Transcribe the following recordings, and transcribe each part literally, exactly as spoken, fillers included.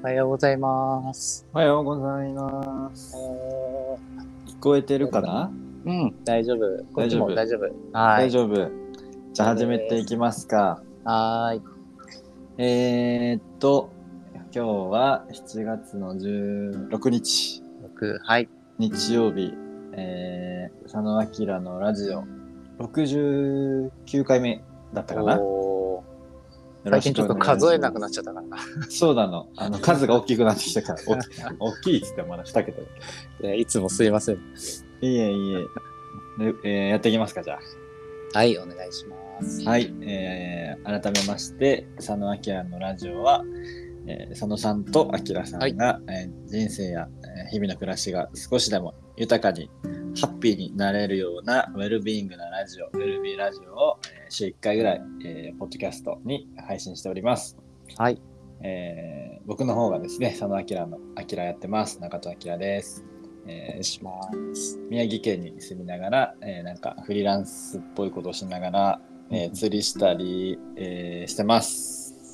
おはようございます。 おはようございます。 お聞こえてるかな？ うん、大丈夫。こっちも大丈夫。はい。 大丈夫。じゃあ始めていきますか。 はーい。 えーっと、今日はしちがつのじゅうろくにち、 僕、はい。 日曜日、えー、佐野明のラジオろくじゅうきゅうかいめだったかな。 お最近ちょっと数えなくなっちゃったからな。 そうなの。あの数が大きくなってきたから大き大きいっつってもまだにけた。 いや、いつもすいません。 いえいえ。でえー、やっていきますか、じゃあ。 はい、お願いします。 はい、えー、改めまして佐野明のラジオは、えー、佐野さんと明さんが、はい、えー、人生や、えー、日々の暮らしが少しでも豊かにハッピーになれるようなウェルビーイングなラジオ、ウェルビーラジオを、えー、週いっかいぐらい、えー、ポッドキャストに配信しております。 はい、 えー、僕の方がですね、佐野明の明やってます。中戸明です。えー、します宮城県に住みながら、えー、なんかフリーランスっぽいことをしながら、えー、釣りしたり、えー、してます。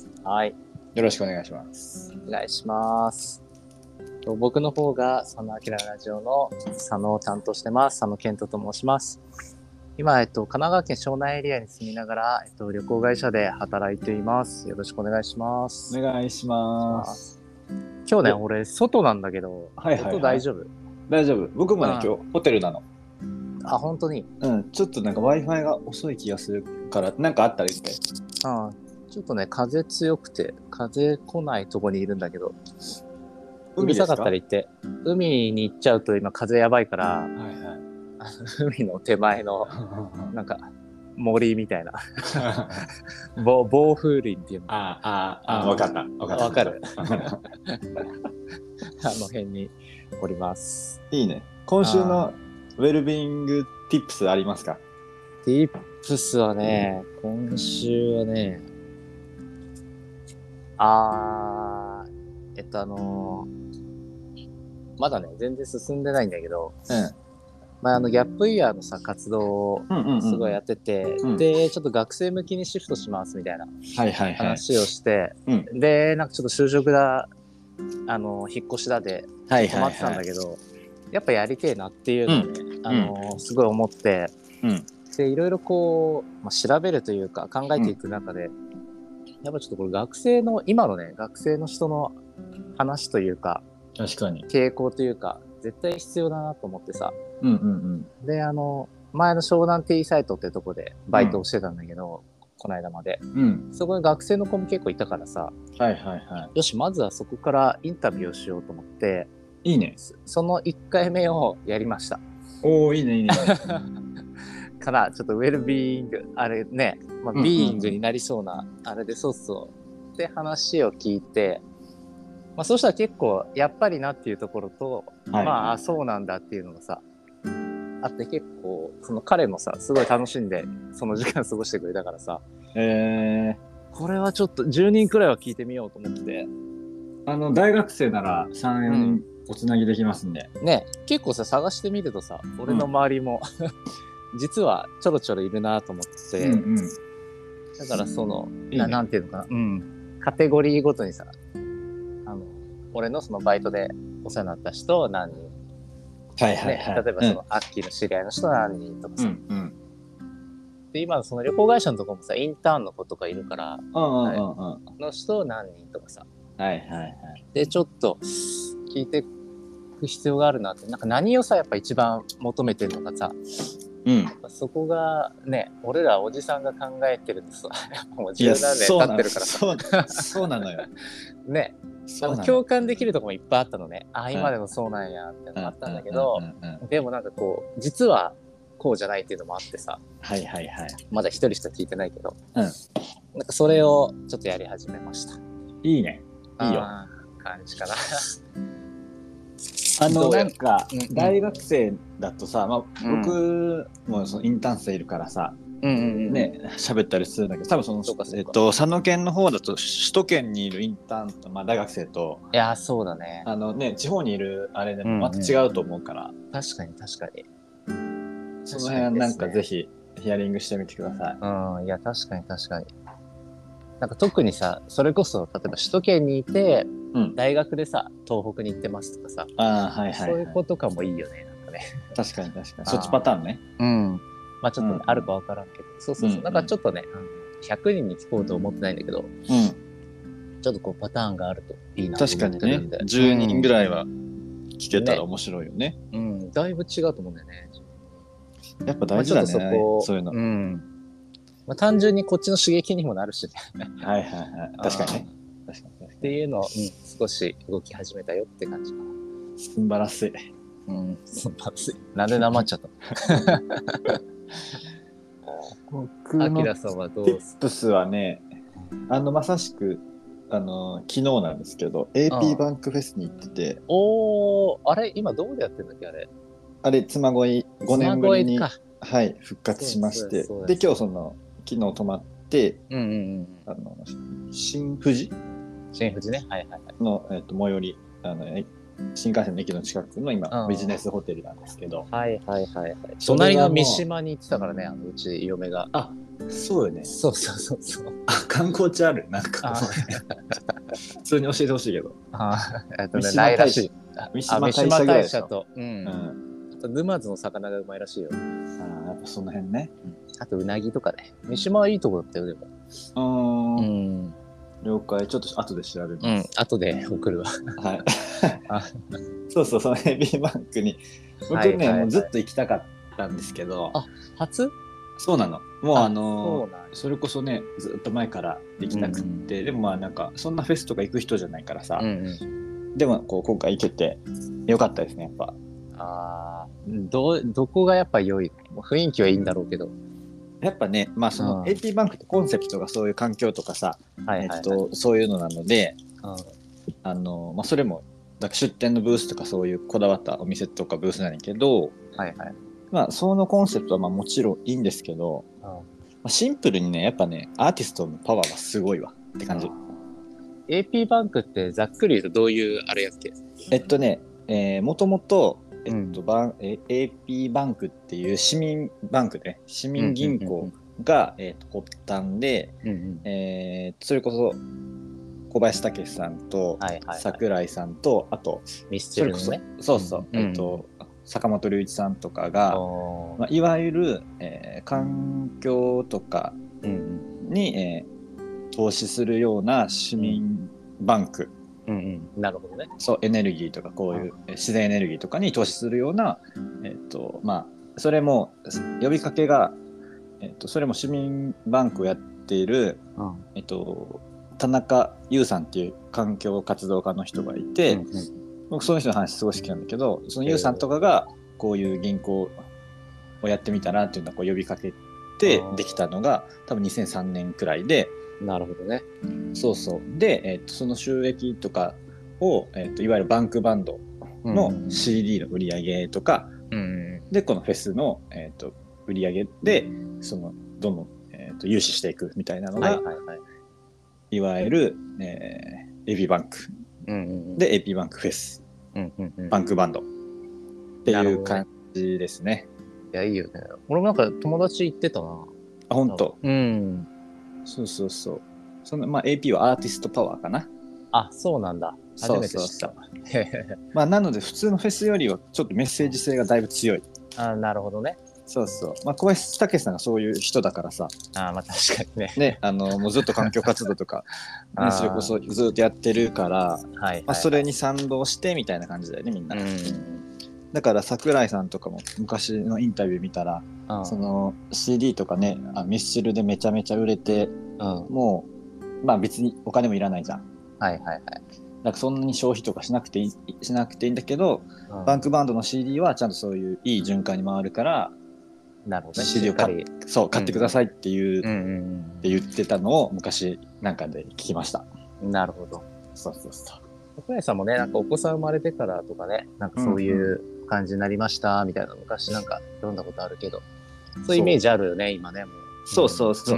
はい。 よろしくお願いします。 お願いします。僕の方が佐野明ラジオの佐野を担当してます。佐野健人と申します。今、えっと、神奈川県湘南エリアに住みながら、えっと、旅行会社で働いています。よろしくお願いします。 お願いします。 今日ね、俺、外なんだけど、はいはいはい、外大丈夫？ 大丈夫。僕もね、今日ホテルなの。 あ、本当に？ うん、ちょっとなんか Wi-Fi が遅い気がするから、なんかあったら言って。 ああ、ちょっとね、風強くて、風来ないとこにいるんだけど、うるさかったら言って。海に行っちゃうと今風やばいから、はいはい、海の手前の、なんか、森みたいな。暴風林っていうの。 ああ、ああ、わかった。わかった。 わかる。あの辺におります。 いいね。今週のウェルビーイングティップスありますか？ ティップスはね、今週はね、あー、えっとあのー、まだね、全然進んでないんだけど、うん。まあ、あの、ギャップイヤーのさ、活動をすごいやってて、うんうんうん、で、ちょっと学生向きにシフトしますみたいな話をして、はいはいはい、で、なんかちょっと就職だ、あの、引っ越しだで、止まってたんだけど、はいはいはい、やっぱやりてえなっていうのをね、うん、あの、うん、すごい思って、うん、で、いろいろこう、まあ、調べるというか考えていく中で、うん、やっぱちょっとこれ学生の、今のね、学生の人の話というか、 確かに。 傾向というか、絶対必要だなと思ってさ。 うんうんうん。 で、あの、前の湘南ティーサイトってとこでバイトをしてたんだけど、うん、この間まで。うん。そこに学生の子も結構いたからさ。 はいはいはい。 よし、まずはそこからインタビューをしようと思って、 いいね。 そのいっかいめをやりました。 おー、いいねいいね。 から、ちょっとウェルビーイング、あれね、まあ、ビーイングになりそうな、あれでそうそうって話を聞いて、まあ、そうしたら結構やっぱりなっていうところと、はい、まあそうなんだっていうのがさあって、結構その彼もさすごい楽しんでその時間過ごしてくれたからさ、えー、これはちょっとじゅうにんくらいは聞いてみようと思って、 あの大学生ならさん、よにんおつなぎできますんで、 うん、ね、結構さ探してみるとさ俺の周りも、うん、実はちょろちょろいるなと思って、うんうん、だからそのいい、ね、な, なんていうのかな、うん、カテゴリーごとにさ、俺のそのバイトでお世話になった人何人、 はいはいはい、 ね、例えばその、うん、アッキーの知り合いの人何人とかさ、うんうん、で今のその旅行会社のところもさインターンの子とかいるから、うんうんうんうん、の人何人とかさ、はいはいはい、でちょっと聞いていく必要があるなって、なんか何をさやっぱ一番求めてるのかさ、うん、そこがね、俺らおじさんが考えてるとさもう十何年経ってるからさ、 そうそうなのよね、あの共感できるところもいっぱいあったのね。あ、今でもそうなんやってのもあったんだけど、でもなんかこう実はこうじゃないっていうのもあってさ、はいはいはい、まだ一人しか聞いてないけど、うん、なんかそれをちょっとやり始めました。 いいね、いいよ感じかな。 あのなんか大学生だとさ、まあ、僕もそのインターン生いるからさ、うんうんうん、ね、喋ったりするんだけど、多分そのそえっと佐野県の方だと首都圏にいるインターンと、まあ、大学生と、 いやそうだね、 あのね地方にいるあれでもまた違うと思うから、うんうん、 確かに確かにその辺なんかぜひヒアリングしてみてください。 うん、いや確かに確かに。 なんか特にさ、それこそ例えば首都圏にいて、 うん、 大学でさ東北に行ってますとかさ、 あ、はいはいはい、 そういう子とかもいいよね、なんかね。 確かに確かにそっちパターンね。 うん、まあちょっと、ね、 うん、 あるかわからんけど、そうそうそう、うん、なんかちょっとね、ひゃくにんに聞こうと思ってないんだけど、うん、ちょっとこうパターンがあるといいなと思ってるんで、 確かにね、じゅうにんぐらいは聞けたら面白いよね。 うん、うん、だいぶ違うと思うんだよね。 やっぱ大事だね、まあ、そこそういうの。 うん、まあ、単純にこっちの刺激にもなるしね。 はいはいはい、確かにね。 確かにっていうのを、うん、少し動き始めたよって感じかな。 素晴らしい。 うん、素晴らしい。なんで黙っちゃったの？僕のアキラさんはどうですか？ ティップスはね、あのまさしくあの昨日なんですけど エーピー バンクフェスに行ってて、 おー、あれ今どこでやってんだっけあれ？ あれ妻恋ごねんぶりに、はい、復活しまして、で今日その昨日泊まって、うんうんうん、あの新富士新富士ね、はいはいはい、 の、えー、と最寄りあの新幹線の駅の近くの今ビジネスホテルなんですけど、 はいはいはいはい、隣の三島に行ってたからね、あのうち嫁が。 あ、そうよね。 そうそうそうそう。 あ、観光地あるなんか普通に教えてほしいけど。 ああとね、ないらしい。 三島大社と、うん、うん、あと沼津の魚がうまいらしいよ。ああ、やっぱその辺ね。 あとうなぎとかね。三島はいいとこだったよでも。 うん。了解。ちょっと後で調べます。うん、 後で送るわ。はい。 そうそう、そのヘビーバンクに僕ね、はいはいはい、もうずっと行きたかったんですけど。 あ、初？ そうなの。もうあのー、そ, それこそねずっと前からできなくって、うん、でもまあなんかそんなフェスとか行く人じゃないからさ、うんうん、でもこう今回行けてよかったですねやっぱ。 あ、どどこがやっぱ良い？雰囲気はいいんだろうけど。 やっぱね、まあその エーピー バンクってコンセプトがそういう環境とかさ、はいはいはい、えっと、そういうのなので、うん、あのまあ、それもだから出店のブースとかそういうこだわったお店とかブースなんやけど、はいはい、まあ、そのコンセプトはまあもちろんいいんですけど、うん、まあ、シンプルにねやっぱねアーティストのパワーがすごいわって感じ。 エーピー バンクってざっくり言うとどういうあれやっけ？ えっとね、えー、もともとえっと、うん、バン エーピー バンクっていう市民バンクで、ね、市民銀行が、うんうんうんうん、えー、と発端で、うんうん、えー、それこそ小林武史さんと櫻井さんと、はいはいはい、あとミスチルのね、 そうそう、うん、えーと坂本龍一さんとかが、まあ、いわゆる、えー、環境とかに、うんえー、投資するような市民バンク、うんうんうん、なるほどね。 そうエネルギーとかこういう自然エネルギーとかに投資するような、えーとまあ、それも呼びかけが、えーと、それも市民バンクをやっている、うんえーと、田中優さんっていう環境活動家の人がいて、うんうん、僕その人の話すごい好きなんだけど、その優さんとかがこういう銀行をやってみたらっていうのをこう呼びかけてできたのが多分にせんさんねんくらいで。 なるほどね。 そうそうで、えー、とその収益とかを、えー、といわゆるバンクバンドの シーディー の売り上げとか、うんうん、でこのフェスの、えー、と売り上げでそのどんどん、えー、と融資していくみたいなのが、はいはいはい、いわゆる、えー、エーピー バンク、うんうんうん、で エーピー バンクフェス、うんうんうん、バンクバンドっていう感じですね。 いやいいよね。俺もなんか友達行ってたな。 あ、本当。 うん。 そうそうそう。そのまあ エーピー はアーティストパワーかな。 あ、そうなんだ。初めて知った。そうそうそうまあなので普通のフェスよりはちょっとメッセージ性がだいぶ強い。 あ、なるほどね。 そうそう。まあ小林武史さんがそういう人だからさ。 あ、まあ確かにね。 ね、あのもうずっと環境活動とか、ね、それこそずっとやってるから、はいはいはい、まあそれに賛同してみたいな感じだよねみんな。うん、だから櫻井さんとかも昔のインタビュー見たら、うん、その シーディー とかね、あミスチルでめちゃめちゃ売れて、うん、もうまあ別にお金もいらないじゃん。はいはいはい。なんかそんなに消費とかしなくていいしなくていいんだけど、うん、バンクバンドの シーディー はちゃんとそういういい循環に回るから、なるほどね、シーディー を買そう買ってくださいっていう、うんうんうん、って言ってたのを昔なんかで聞きました。 なるほど。 そうそうそう。 櫻井さんもね、なんかお子さん生まれてからとかね、なんかそういう感じになりましたみたいな、昔なんか読んだことあるけど、そういうイメージあるよね今ね。もうそうそうそう。うん、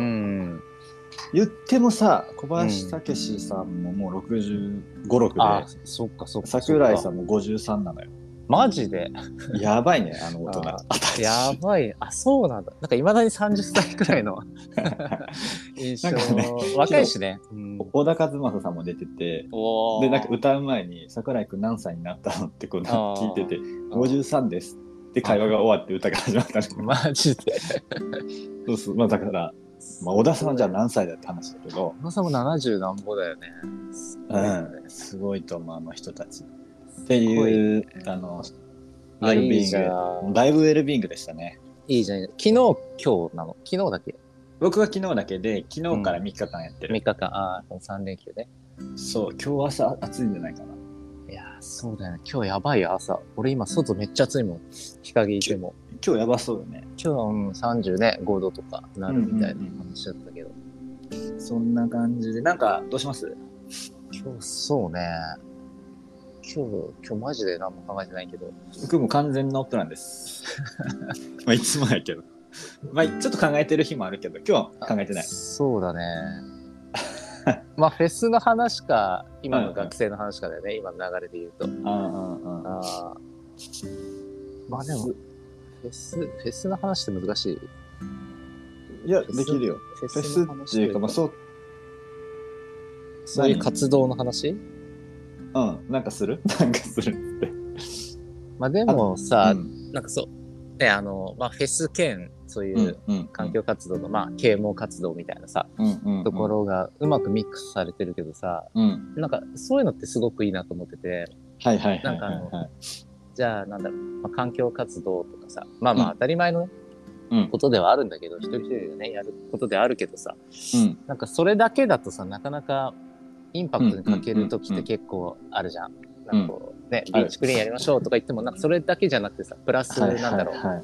言ってもさ、小林武史さんももうろくじゅうご、ろくで、あ、そっかそっか。櫻井さんもごじゅうさんなのよ。 マジでやばいね、あの大人。 やばい。あ、そうなんだ。なんかいまだにさんじゅっさいくらいの印象、ね、若いしね。 小田和正さんも出てて、で、なんか歌う前に、桜井くん何歳になったのってこう聞いてて、ごじゅうさんですって会話が終わって歌が始まったの。 マジでそうそう。まあだから、まあ、小田さんはじゃあ何歳だって話だけど。 小田さんもななじゅうなんぼだよね。 うん。すごいと思う、あの人たち。っていう、あの、ウェルビーイング。だいぶウェルビーイングでしたね。 いいじゃん。昨日、今日なの昨日だけ僕は昨日だけで、昨日からみっかかんやってる。 うん、みっかかん、ああ、さん連休ね。 そう、今日朝暑いんじゃないかな。 いやー、そうだよね。今日やばいよ、朝。俺今、外めっちゃ暑いもん。日陰いても。 今日やばそうよね。 今日は、うん、さんじゅうごどとかなるみたいな話だったけど。 うんうんうん、そんな感じで、なんか、どうします？ 今日、そうね。今日、今日マジで何も考えてないけど。 僕も完全ノープランです。まあ、いつもやけど。まあ、ちょっと考えてる日もあるけど、今日は考えてない。 そうだね。まあ、フェスの話か、今の学生の話かだよね、うんうん、今の流れで言うと。ああまあでも、フェス、フェスの話って難しい？ いや、できるよ。フェスっていうか、まあそう。 そういう活動の話？ うん、なんかするなんかするって。 まあでもさ、うん、なんかそう、ね、あの、まあフェス兼、そういう環境活動の、まあ啓蒙活動みたいなさ、うんうんうん、ところがうまくミックスされてるけどさ、うん、なんかそういうのってすごくいいなと思ってて、 はいはいはいはい、はい、 なんかあの、じゃあなんだろう、まあ、環境活動とかさ、まあまあ当たり前のね、うん、ことではあるんだけど、一人一人がね、やることであるけどさ、うん、なんかそれだけだとさ、なかなかインパクトにかけるときって結構あるじゃん。なんかこうね、ビーチクリーンやりましょうとか言っても、なんかそれだけじゃなくてさ、プラスなんだろう、はいはいはい、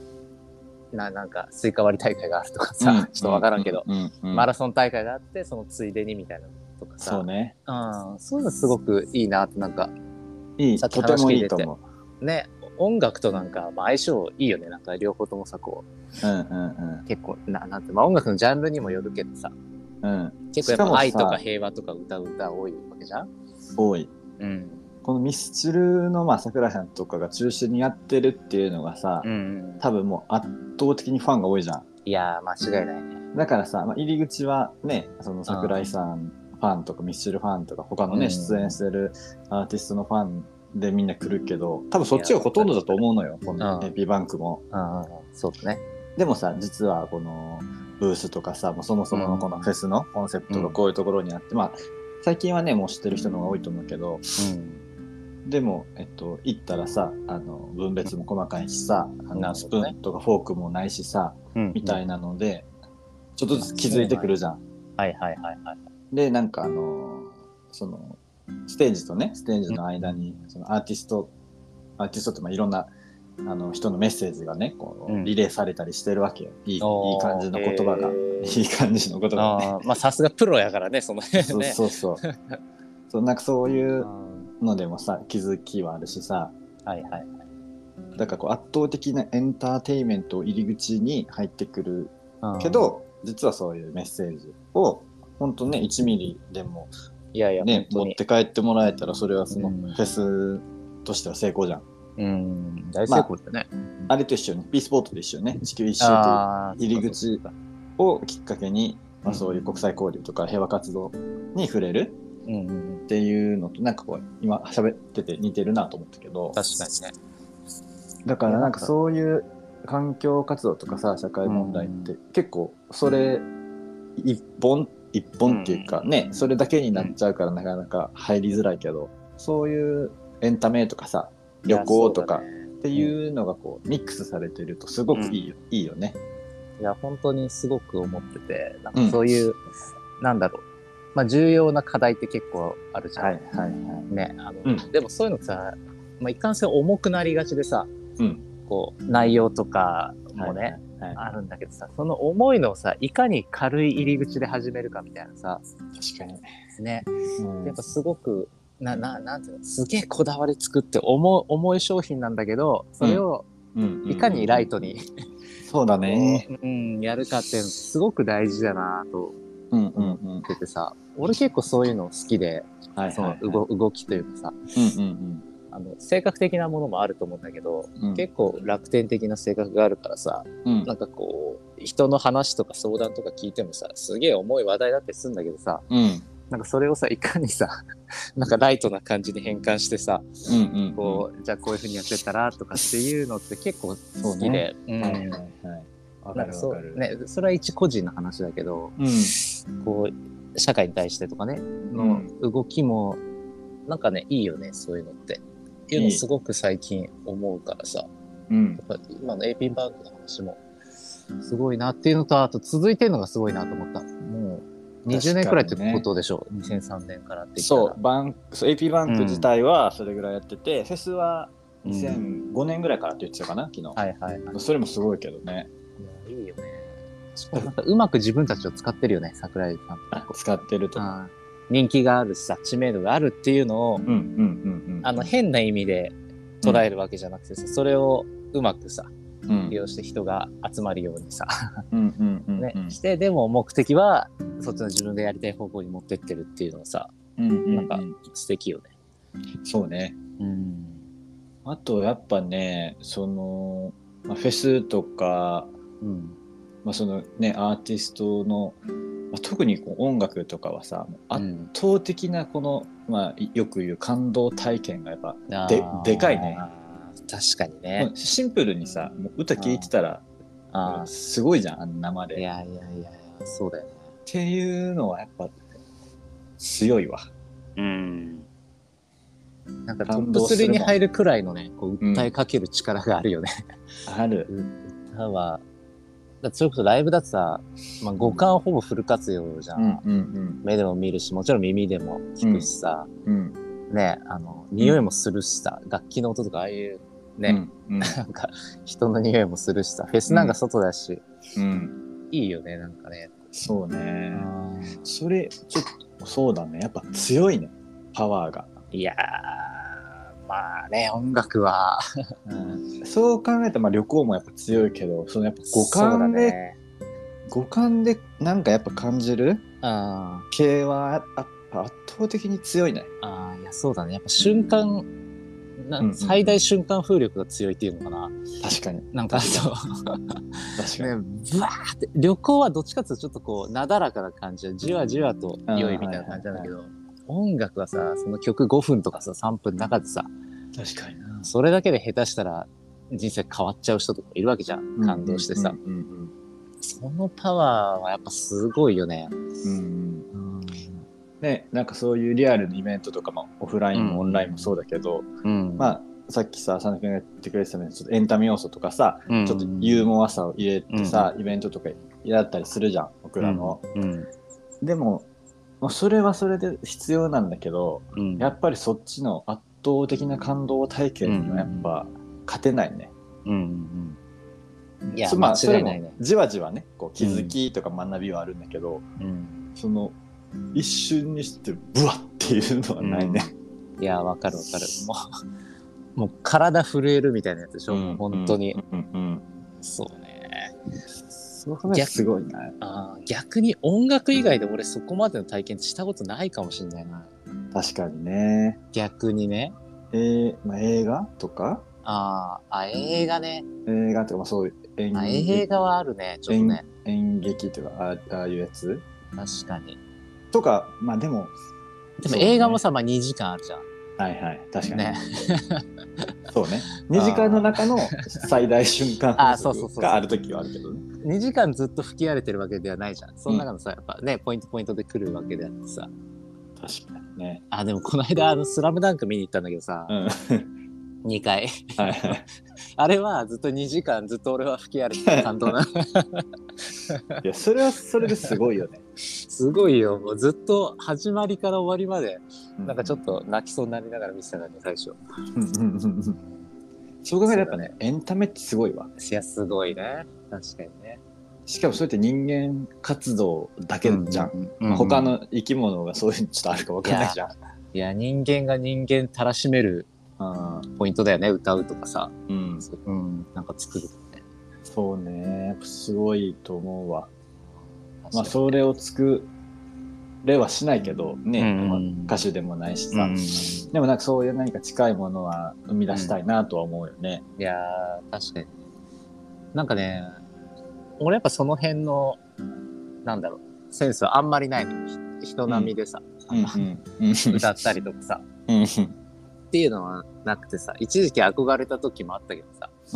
な, なんかスイカ割り大会があるとかさ、うん、ちょっとわからんけど、うんうんうん、マラソン大会があって、そのついでにみたいなとかさ、 そうね、 うん、そういうのすごくいいなって、なんか、 いい、さっき話聞いててとてもいいと思う。ね、音楽となんか、まあ、相性いいよね、なんか両方ともさ、こう、うんうんうん、結構な、なんて、まあ音楽のジャンルにもよるけどさ、うん、結構やっぱ愛とか平和とか歌う歌多いわけじゃん。 多い。うん。このミスチルのまあ桜井さんとかが中心にやってるっていうのがさ、うんうん、多分もう圧倒的にファンが多いじゃん。 いやー間違いないね。 だからさ、まあ、入り口はね、その桜井さんファンとかミスチルファンとか他のね、うん、出演してるアーティストのファンでみんな来るけど、多分そっちがほとんどだと思うのよ、このエピバンクも。 うんうん、そうだね。 でもさ、実はこのブースとかさ、もうそもそものこのフェスのコンセプトがこういうところにあって、うん、まあ最近はねもう知ってる人の方が多いと思うけど、うん、でもえっと行ったらさ、あの分別も細かいしさ、あのスプーンとかフォークもないしさ、うん、みたいなのでちょっとずつ気づいてくるじゃん。 はいはいはいはい。 でなんかあのそのステージとねステージの間にそのアーティストアーティストってまあいろんなあの人のメッセージがねこうリレーされたりしてるわけよ。いい、うん、いい感じの言葉が、いい感じの言葉がね。 あまあさすがプロやからねその辺ね。 そうそうそう。そうなんかそういうのでもさ気づきはあるしさ。はいはいはい。だからこう圧倒的なエンターテインメントを入り口に入ってくるけど、実はそういうメッセージを本当ねいちミリでもいやいやね持って帰ってもらえたらそれはそのフェスとしては成功じゃん。 うん、大成功だね、 まあ。あれと一緒に P スポーツと一緒にね地球一周という入り口をきっかけに、まあ、そういう国際交流とか平和活動に触れるっていうのとなんかこう今喋ってて似てるなと思ったけど、 確かにね。 だからなんかそういう環境活動とかさ社会問題って結構それ一本一本っていうかね、それだけになっちゃうからなかなか入りづらいけど、そういうエンタメとかさ旅行とかっていうのがこうミックスされてるとすごくいいよ、うん、いいよね。 いや本当にすごく思ってて、なんかそういう、うん、なんだろう、まあ重要な課題って結構あるじゃん。はいはいはい。ね、あの、うん、でもそういうのさ、まあいかんせん重くなりがちでさ、うん、こう内容とかもね、はいはいはい、あるんだけどさ、その重いのをさいかに軽い入り口で始めるかみたいなさ、 確かにね、うん、やっぱすごくな、な、なんていうの、すげえこだわり作って重、重い商品なんだけど、それをいかにライトに、うんうんうん、 そうだね、 うん、やるかっていうのすごく大事だなと思っててさ、うんうんうん、俺結構そういうの好きで、はいはいはい、その 動, 動きというかさ、うんうんうん、 あの性格的なものもあると思うんだけど、うん、結構楽天的な性格があるからさ、うん、なんかこう人の話とか相談とか聞いてもさすげえ重い話題だってするんだけどさ、うん、なんかそれをさいかにさなんかライトな感じに変換してさ、うんうんうん、こうじゃあこういう風にやってったらとかっていうのって結構好きで、うん、はいはいはい、わかるわかる。ね、それは一個人の話だけど、うん、こう社会に対してとかねの動きもなんかねいいよねそういうのってっていうのすごく最近思うからさ、うん、やっぱ今の エーピー バンクの話もすごいなっていうのとあと続いてるのがすごいなと思った。もうにじゅうねんくらいってことでしょう、ね、にせんさんねんからって言ったら。 そうバンそう エーピー バンク自体はそれぐらいやってて、うん、フェスはにせんごねんぐらいからって言ってたかな昨日、はいはいはい、それもすごいけどね。 いやいいよね。なんかうまく自分たちを使ってるよね桜井さん。 あ使ってると人気があるしさ知名度があるっていうのを、うんうんうんうん、あの変な意味で捉えるわけじゃなくてさ、うん、それをうまくさ、うん、利用して人が集まるようにさ、うんうんうんうんね、してでも目的はそっちの自分がやりたい方向に持ってってるっていうのをさ、うんうんうん、なんか素敵よね。 そうね、うん、あとやっぱねその、まあ、フェスとか、うんまあそのね、アーティストの、まあ、特にこう音楽とかはさ圧倒的なこの、うんまあ、よく言う感動体験がやっぱ で, でかいね。 確かにね。 シンプルにさもう歌聴いてたらあすごいじゃんあの生で。 いやいやいやいやそうだよね。 っていうのはやっぱ強いわ。うんなんかトップスリーに入るくらいのねこう訴えかける力があるよね、 うん、ある。 歌はだってそれこそライブだとさ、まあ、五感ほぼフル活用じゃん、うんうんうん、目でも見るしもちろん耳でも聞くしさ、うんうん、ねあの匂いもするしさ、うん、楽器の音とかああいうね、うんうん、なんか人の匂いもするしさフェスなんか外だし、うん、いいよねなんかね。 そうねそれちょっとそうだねやっぱ強いねパワーが。 いやーまあね音楽は、 うん、そう考えたらまあ旅行もやっぱ強いけどそのやっぱ五感で、ね、五感でなんかやっぱ感じる系はやっぱ圧倒的に強いね。 あいやそうだねやっぱ瞬間な、うんうん、最大瞬間風力が強いっていうのかな。 確かになんかそう確かに、ね、ブワーって旅行はどっちかっていうとちょっとこうなだらかな感じでじわじわと良いみたいな感じなんだけど、はいはいはい音楽はさその曲ごふんとかささんぷんの中でさ確かになそれだけで下手したら人生変わっちゃう人とかいるわけじゃん感動してさ、うんうんうんうん、そのパワーはやっぱすごいよね、うんうん、ねなんかそういうリアルなイベントとかもオフラインもオンラインもそうだけど、うん、まあさっきさ佐野君が言ってくれてたようにちょっとエンタメ要素とかさ、うん、ちょっとユーモアさを入れてさ、うん、イベントとかやったりするじゃん僕らの、うんうん、でもそれはそれで必要なんだけど、うん、やっぱりそっちの圧倒的な感動体験にはやっぱ勝てないね。うんうんうん、いや、まあ、間違いないね。じわじわね、こう気づきとか学びはあるんだけど、うん、その一瞬にしてブワッっていうのはないね。 うん、いや、わかるわかる。もう、もう体震えるみたいなやつでしょ、うん、本当に、うんうんうん。そうね。 そうすごいなあ逆に音楽以外で俺そこまでの体験したことないかもしれないな。 確かにね。 逆にね。 えーまあ、映画とかああ映画ね。 映画とかまあそういう演劇映画はあるねちょっとね。 演劇とかああいうやつ確かに。 とかまあでもでも映画もさ、ね、まあにじかんあるじゃん。 はいはい確かにねそうねにじかんの中の最大瞬間風速がある時はあるけどねにじかんずっと吹き荒れてるわけではないじゃんその中のさ、うん、やっぱねポイントポイントで来るわけであってさ確かにねあでもこの間あのスラムダンク見に行ったんだけどさ、うん、にかいはい、はい、あれはずっとにじかんずっと俺は吹き荒れてた感動ないやそれはそれですごいよねすごいよもうずっと始まりから終わりまで、うん、なんかちょっと泣きそうになりながら見てたからね最初そう考えたらやっぱねエンタメってすごいわ。 いやすごいね確かにね。 しかもそうやって人間活動だけじゃん、うんうんまあ、他の生き物がそういうのちょっとあるか分かんないじゃん。い や, いや人間が人間たらしめるポイントだよね歌うとかさ、うんうん、なんか作るってね。 そうねやっぱすごいと思うわ。まあそれを作れはしないけどね、 うん、 歌手でもないしさ、うん、でもなんかそういう何か近いものは生み出したいなとは思うよね、 うん、いやー確かになんかね俺やっぱその辺のなんだろうセンスはあんまりないの人並みでさ、うん、歌ったりとかさ、うん、っていうのはなくてさ一時期憧れた時もあったけどさ、うん、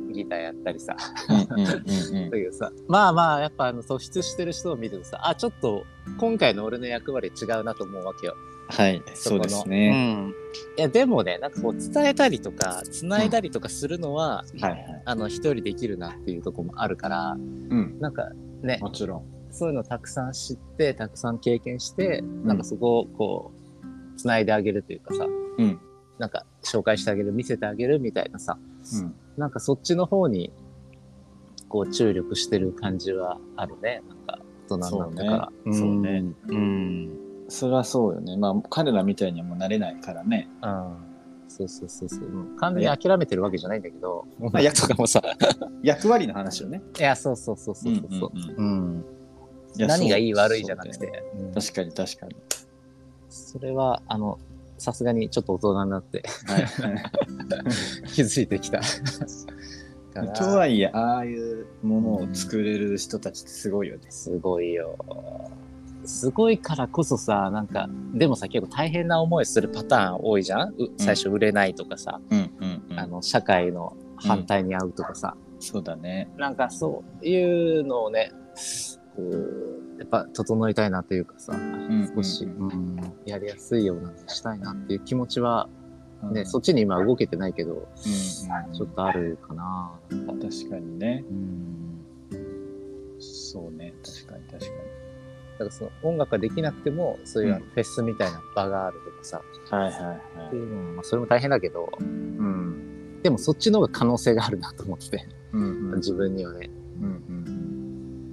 ギターやったりさだけどさまあまあやっぱあの突出してる人を見るとさあちょっと今回の俺の役割違うなと思うわけよ。 はいそうですね、 うん、いやでもねなんかこう伝えたりとか繋いだりとかするのは、うんはいはい、あの一人できるなっていうところもあるから、うん、なんかねもちろんそういうのをたくさん知ってたくさん経験して、うん、なんかそこをこう繋いであげるというかさ、うん、なんか紹介してあげる見せてあげるみたいなさ、うん、なんかそっちの方にこう注力してる感じはあるねなんか大人なんだから。 そうね、そうね、うん、それはそうよね。まあ彼らみたいにはもうなれないからね。 うん、そうそうそうそう。完全に諦めてるわけじゃないんだけど、役とかもさ役割の話よね。 いやそうそうそうそうそう。うん、うん、何がいい悪いじゃなくて、ねうん、確かに確かに。 それはあのさすがにちょっと大人になって、はい、気づいてきた。 とはいえああいうものを作れる人たちってすごいよね。 すごいよ。すごいからこそさなんかでもさ結構大変な思いするパターン多いじゃん、うん、最初売れないとかさ、うんうんうん、あの社会の反対に遭うとかさ、 うん、そうだねなんかそういうのをねやっぱ整えたいなというかさ、うん、少し、うん、やりやすいようなにしたいなっていう気持ちはね、うん、そっちに今動けてないけど、うんうん、ちょっとあるかな。 確かにね、うん、そうね確かに確かに。 だからその音楽ができなくてもそういうフェスみたいな場があるとかさ、 うん、はいはいはいっていうのも、まあ、それも大変だけど、うん、でもそっちの方が可能性があるなと思ってて、うんうん、自分にはね、うんうん、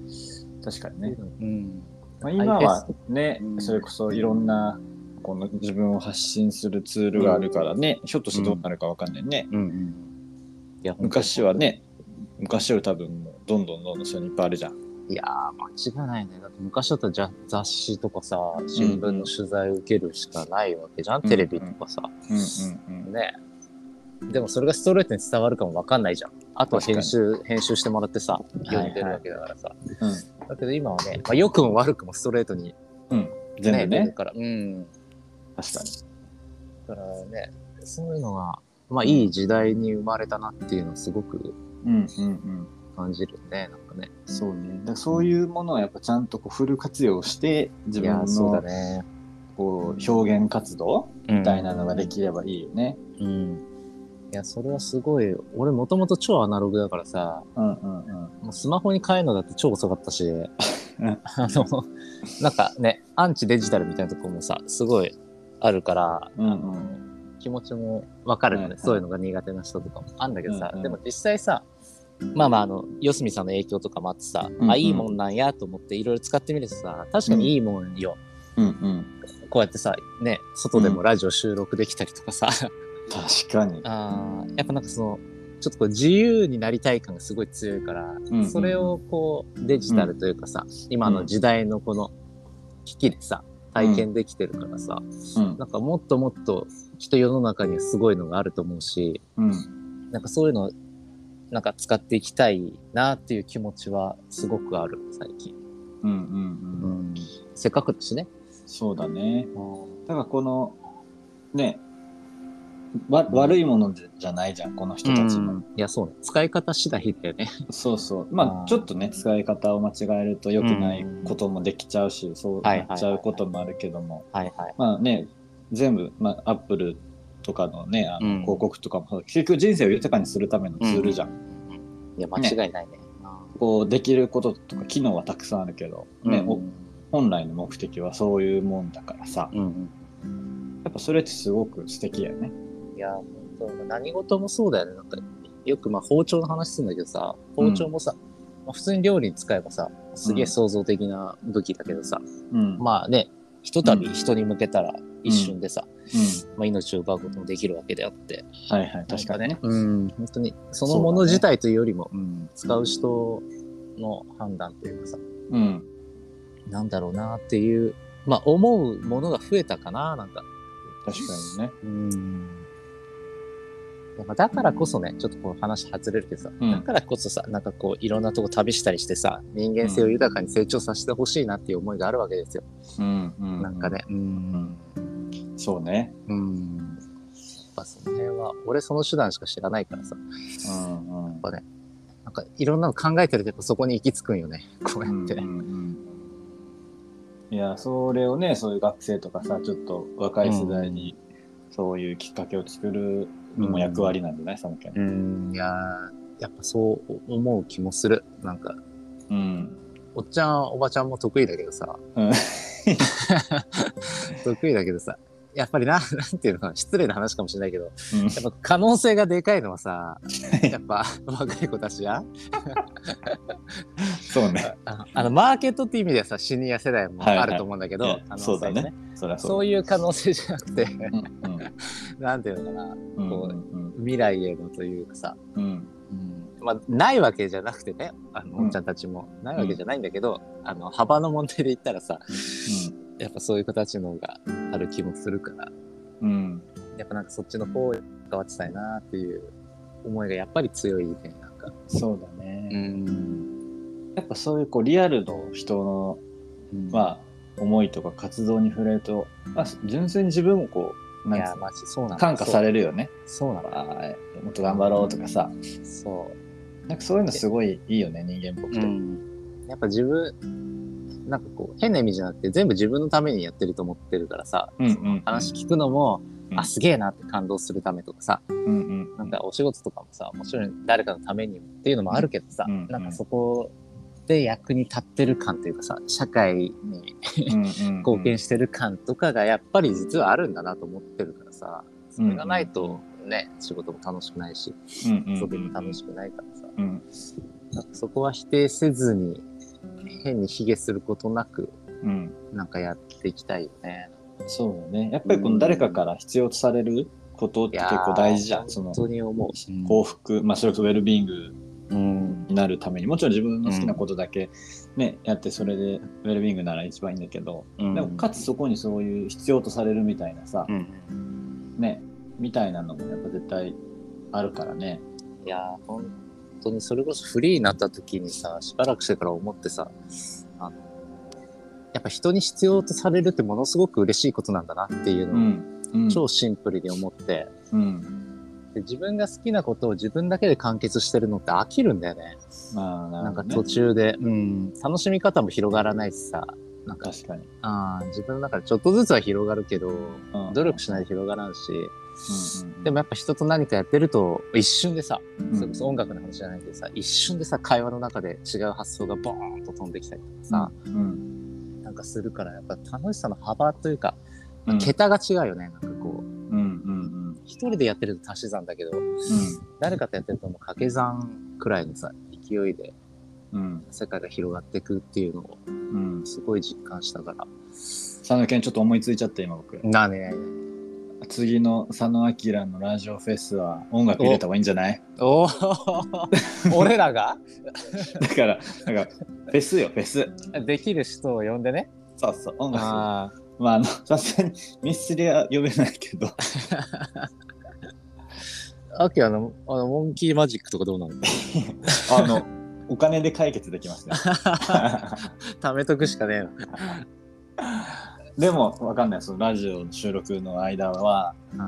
確かにね、うんまあ、今はね、うん、それこそいろんなこの自分を発信するツールがあるからね、うん、ひょっとしてどうなるか分かんないね、うんうん、いや昔はね昔より多分もうどんどんどんどんそういうのいっぱいあるじゃん。 いやー間違いないね。だって昔だったらじゃ雑誌とかさ新聞の取材を受けるしかないわけじゃん、うん、テレビとかさ、うんうんうん、ねでもそれがストレートに伝わるかも分かんないじゃん。あとは編集編集してもらってさ読んでるわけだからさ、はいはいうん、だけど今はね、まあ、良くも悪くもストレートに、 うん、全部ね出るから、うん、 確かに。 だからねそういうのがまあいい時代に生まれたなっていうのをすごく、うんうんうん感じるねなんかね。 そうね。だからそういうものをやっぱちゃんとこうフル活用して自分のそうだねこう表現活動みたいなのができればいいよね。 うん。うん、いやそれはすごい。俺もともと超アナログだからさ、うんうんうん、もうスマホに変えるのだって超遅かったし、あのなんかねアンチデジタルみたいなところもさすごいあるから、うんうん、気持ちもわかるので、はいはい、そういうのが苦手な人とかもあるんだけどさ、うんうん、でも実際さまあまああの四隅さんの影響とかもあってさ、うんうん、あいいもんなんやと思っていろいろ使ってみるとさ確かにいいもんよ、うんうん、こうやってさね外でもラジオ収録できたりとかさ、 うん、確かにあやっぱなんかそのちょっとこう自由になりたい感がすごい強いから、うんうん、それをこうデジタルというかさ、うん、今の時代のこの機器でさ体験できてるからさ、うん、なんかもっともっときっと世の中にはすごいのがあると思うし、うん、なんかそういうのなんか使っていきたいなっていう気持ちはすごくある最近。うんうんうん。うん、せっかくだしね。 そうだね。だからこのねわ悪いものじゃないじゃんこの人たちも。 うん、いやそうね使い方次第だよね。 そうそう。まあちょっとね使い方を間違えると良くないこともできちゃうし、うん、そうなっちゃうこともあるけども、はいはい、まあね全部まあアップルとかのねあの広告とかも、うん、結局人生を豊かにするためのツールじゃん、うん、 いや間違いないね、ねこうできることとか機能はたくさんあるけど、ねうん、本来の目的はそういうもんだからさ、うんうん、やっぱそれってすごく素敵やね。 いや本当何事もそうだよね。なんかよくまあ包丁の話するんだけどさ包丁もさ、うんまあ、普通に料理に使えばさすげえ創造的な武器だけどさ、うん、まあねひとたび人に向けたら一瞬でさ、うんまあ、命を奪うこともできるわけであって、 はいはい確かにね、 うん、本当にそのもの自体というよりもう、ねうん、使う人の判断というかさ、うん、なんだろうなっていうまあ思うものが増えたかな、なんか。 確かにね。 うん。だからこそね、ちょっとこの話外れるけどさ、うん、だからこそさ、なんかこういろんなとこ旅したりしてさ、人間性を豊かに成長させてほしいなっていう思いがあるわけですよ。うんうん、なんかね、うん、 そうね。 うん。やっぱその辺は俺その手段しか知らないからさ、うんうん、やっぱね、なんかいろんなの考えてるとそこに行き着くんよね、こうやって。うんうんうん、いや、それをね、そういう学生とかさ、ちょっと若い世代にそういうきっかけを作るのも役割なんじゃない、佐野家の。 うん、いややっぱそう思う気もする。なんか、うん、おっちゃんおばちゃんも得意だけどさ、うん、得意だけどさ、やっぱりな、なんていうのかな、失礼な話かもしれないけど、うん、やっぱ可能性がでかいのはさ、やっぱ若い子たちやそうね。 ああのマーケットっていう意味ではさ、シニア世代もあると思うんだけど、はいはい、あのそうだね。 そりゃそう、そういう可能性じゃなくて、うんうん、なんていうのかな、うんうん、こう未来へのというかさ、うんうんまあ、ないわけじゃなくてね、あの、うん、おっちゃんたちもないわけじゃないんだけど、うん、あの幅の問題で言ったらさ、うん、やっぱそういう子たちの方がある気もするから、うん、やっぱなんかそっちの方に関わってたいなっていう思いがやっぱり強いね、なんか。 そうだね。うん、やっぱそういうこうリアルの人の、うん、まあ思いとか活動に触れると、まあ、純粋に自分もこうなんか感化されるよね。 そうなの。 もっと頑張ろうとかさ。そう。なんかそういうのすごいいいよね、人間っぽくて。うん、 やっぱ自分なんかこう変な意味じゃなくて全部自分のためにやってると思ってるからさ、うんうんうん、話聞くのも、うん、あすげえなって感動するためとかさ、うんうん、なんかお仕事とかもさもちろん誰かのためにっていうのもあるけどさ、うんうん、なんかそこで役に立ってる感というかさ社会に貢献してる感とかがやっぱり実はあるんだなと思ってるからさ、それがないとね仕事も楽しくないし、遊びも楽しくないからさ、うん、なんかそこは否定せずに変に卑下することなく、うん、なんかやっていきたいよね。 そうだね。やっぱりこの誰かから必要とされることって結構大事じゃん。その本当に思う。 幸福、まあそれこそウェルビーイングになるために、もちろん自分の好きなことだけね、うん、やってそれでウェルビーイングなら一番いいんだけど、うん、でもかつそこにそういう必要とされるみたいなさ、うん、ねみたいなのもやっぱ絶対あるからね。 いやー本当にそれこそフリーになった時にさしばらくしてから思ってさ、あのやっぱ人に必要とされるってものすごく嬉しいことなんだなっていうのを、うんうん、超シンプルに思って、うん、で自分が好きなことを自分だけで完結してるのって飽きるんだよね。まあ、なるほどね。なんか途中で、うん、楽しみ方も広がらないしさ、なんか確かにあ自分の中でちょっとずつは広がるけど、うん、努力しないと広がらんし、うんうんうん、でもやっぱ人と何かやってると一瞬でさ、うん、それこそ音楽の話じゃないけどさ、一瞬でさ会話の中で違う発想がボーンと飛んできたりとかさ、うんうん、なんかするからやっぱ楽しさの幅というか、うん、桁が違うよね。なんかこう、うんうんうん、一人でやってると足し算だけど、うん、誰かとやってるともう掛け算くらいのさ勢いで、うん、世界が広がっていくっていうのを、うん、すごい実感したから。 佐野健ちょっと思いついちゃって今僕。 なになに次の佐野明のラジオフェスは音楽入れた方がいいんじゃない？ おお俺らがだからなんかフェスよフェスできる人を呼んでね。 そうそう音楽。あまああのさすがにミスチルは呼べないけどアキラのあのモンキーマジックとかどうなの？ あのお金で解決できますね。 貯めとくしかねえの。 でもわかんない。そのラジオの収録の間は、うん、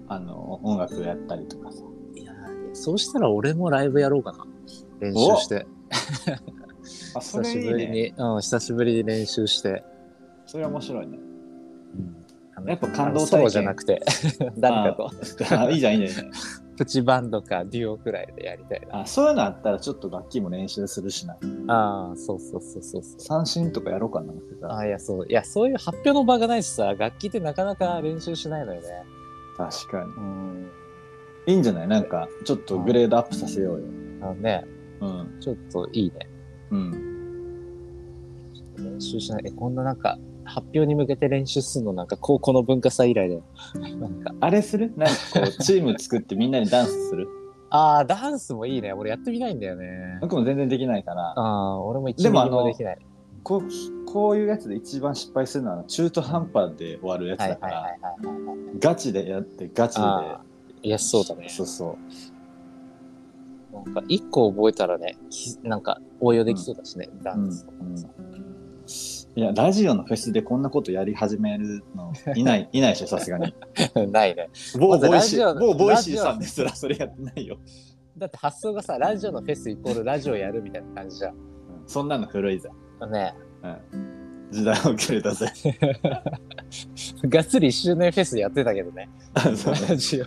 あの音楽やったりとかさ。 いやそうしたら俺もライブやろうかな。練習して。 あそれいいね、 久しぶりに、うん、久しぶりに練習して。 それは面白いね。うん、やっぱ感動体験。 ソロじゃなくて誰かと。 あいいじゃんいいじゃん。 プチバンドかデュオくらいでやりたいな。 あそういうのあったらちょっと楽器も練習するしな。 ああそうそうそうそうそう。 三振とかやろうかな。 あいやそういやそういう発表の場がないしさ楽器ってなかなか練習しないのよね。 確かに。うんいいんじゃないなんかちょっとグレードアップさせようよ。 あのね、うん、ちょっといいね。うん。ちょっと練習しない。えこんななんか。発表に向けて練習するのなんか高校の文化祭以来だよ。 なんかあれするなんかこうチーム作ってみんなでダンスするああダンスもいいね。俺やってみないんだよね。 僕も全然できないから。 ああ俺も一ミリもできない。 こうこういうやつで一番失敗するのは中途半端で終わるやつだからガチでやってガチでいやそうだねそうそうなんか一個覚えたらねなんか応用できそうだしね、うん、ダンスとかさ、 うん、いやラジオのフェスでこんなことやり始めるのいないいないでしょさすがにないね某ボイシー某ボイシーさんですらそれやってないよだって発想がさラジオのフェスイコールラジオやるみたいな感じじゃん、うん、 そんなの古いぜね、 うん、時代遅れたぜがっつりいっしゅうねんフェスやってたけどねそうラジオ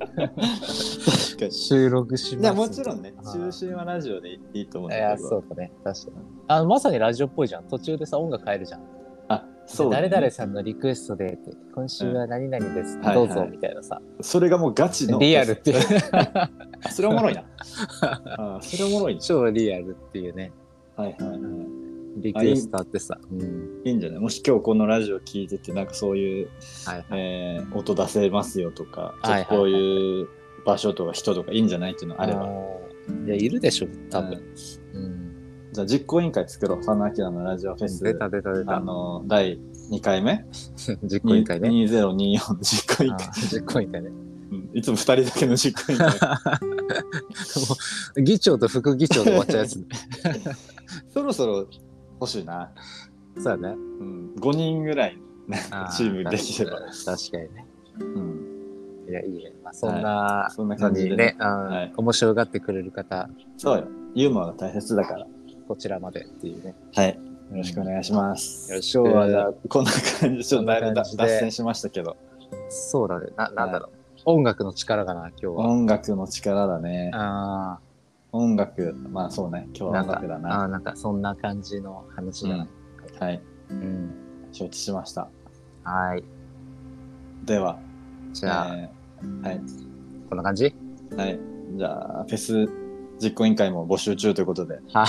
収録しますもちろんね中心はラジオでいいと思うんだけどいやそうだね確かにあのまさにラジオっぽいじゃん途中でさ音楽変えるじゃんあそう、ね、 誰々さんのリクエストでって今週は何々です、うん、どうぞ、はいはい、みたいなさそれがもうガチのリアルっていうそれおもろいなあそれおもろい超リアルっていうねはいはいはいリクエストあってさいい、うん、いいんじゃないもし今日このラジオ聞いててなんかそういう、はいはいえー、音出せますよとかちょっとこういう場所とか人とかいいんじゃないっていうのあれば、はいはいはい、 いやいるでしょ多分、 うん、じゃあ実行委員会作ろう佐野明のラジオフェス出た出た出たあのだいにかいめ実行委員会ねにせんにじゅうよん実行委員会実行委員会ねいつもふたりだけの実行委員会議長と副議長で終わっちゃうやつ、ね、 そろそろ欲しいなそうだね、 うん、ごにんぐらいチームできれば確かにね、うん、いやいいね、まあ、そんな、 はい、そんな感じでね、 はい、面白がってくれる方そうよユーモアが大切だからこちらまでっていうねはいよろしくお願いします、 うん、よろしく今日はじゃあこんな感じちょっとだいぶ脱線しましたけどそうだね な, なんだろう、はい、音楽の力かな今日は音楽の力だねあ音楽まあそうね今日は音楽だなあなんかそんな感じの話だな、 うん、はい、うん、承知しましたはいではじゃあ、 えー、はいこんな感じはいじゃあフェス実行委員会も募集中ということではい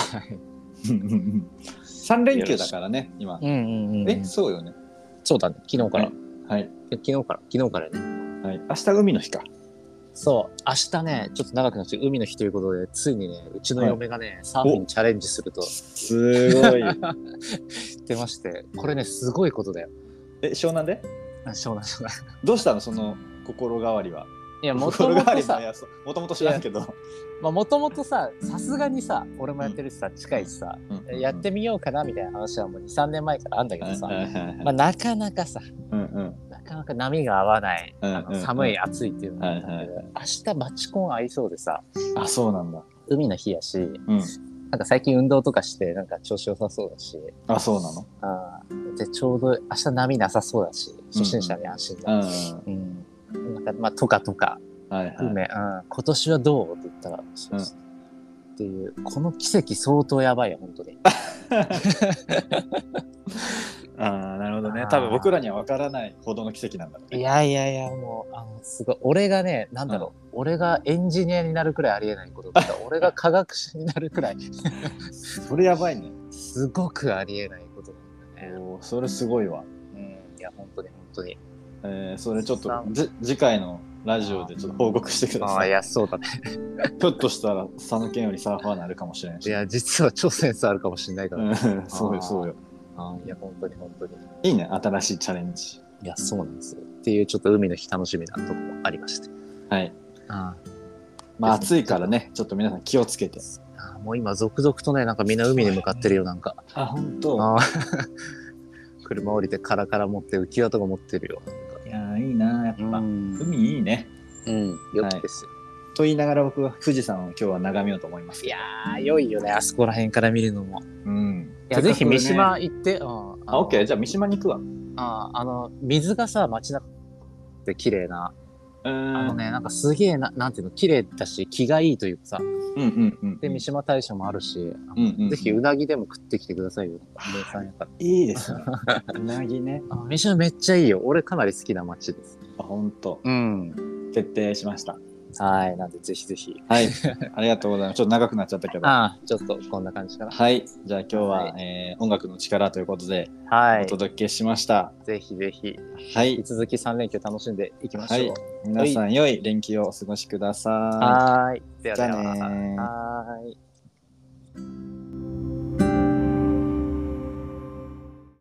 さん連休だからね今、 うんうんうん、 えそうよねそうだね昨日から、 はい、はい、 昨日から昨日からねはい明日海の日かそう明日ねちょっと長くなっちゃう海の日ということでついにねうちの嫁がね、はい、サーフィンチャレンジするとすごい言ってましてこれねすごいことだよえ湘南で湘南湘南どうしたのその心変わりはいやもともとさもともと知らんけどまあもともとささすがにさ俺もやってるしさ、うん、近いしさ、うんうん、やってみようかなみたいな話はもうにさんねんまえからあんだけどさ、まあ、なかなかさ、うんうん、なかなか波が合わない、うんうん、あの寒い暑いっていうのがあるんだけど、うんうん、明日バチコン合いそうでさあそうなんだ海の日やし、うん、なんか最近運動とかしてなんか調子良さそうだしあそうなのあでちょうど明日波なさそうだし初心者に安心だ、うんうんうん、なんかまあとかとかはいはいうん、今年はどうって言ったら、そうそう、うん、っていうこの奇跡相当やばいよ本当にああなるほどね多分僕らには分からないほどの奇跡なんだろうねいやいやいやもうあのすごい俺がねなんだろう、うん、俺がエンジニアになるくらいありえないことだった俺が科学者になるくらいそれやばいねすごくありえないことなんだねおそれすごいわうんいや本当に本当にえー、それちょっとじ次回のラジオでちょっと報告してください。ああいやそうだね。 ひょっとしたら佐野県よりサーファーになるかもしれないし。 いや実は超センスあるかもしれないから、ね。 そうよそうよ。 あいや本当に本当に。 いいね新しいチャレンジ。 いやそうなんですよ。っていうちょっと海の日楽しみなとこもありまして。 はい。あまあ暑いからねちょっと皆さん気をつけて。 あもう今続々とねなんかみんな海に向かってるよなんか。 あ本当。 あ車降りてカラカラ持って浮き輪とか持ってるよ。 いやいいなやっぱ、うん、海いいね。 うんよくですよ、はい、 と言いながら僕は富士山を今日は眺めようと思います。 いやー良いよねあそこら辺から見るのも。 うん。 いやぜひ三島行って。 ああオッケーじゃあ三島に行くわ。 ああの水がさ街中で綺麗な。あのねなんかすげえななんていうの綺麗だし気がいいというかさ。 うんうんうん、 で三島大社もあるし、 うんうん、 ぜひうなぎでも食ってきてくださいよ。名産やから。 いいですね。うなぎね。 あ三島めっちゃいいよ。俺かなり好きな町です。 あ本当。 うん。 決定しました。 はい。なんでぜひぜひ。 はい。ありがとうございます。ちょっと長くなっちゃったけど。 ああちょっとこんな感じかな。 はい。じゃあ今日は、はいえー、音楽の力ということで、 はい、 お届けしました。 ぜひぜひ。 はい。 引き続きさん連休楽しんでいきましょう。はい、 皆さん良い連休をお過ごしください。 はい。ではではね。 はい。 はい。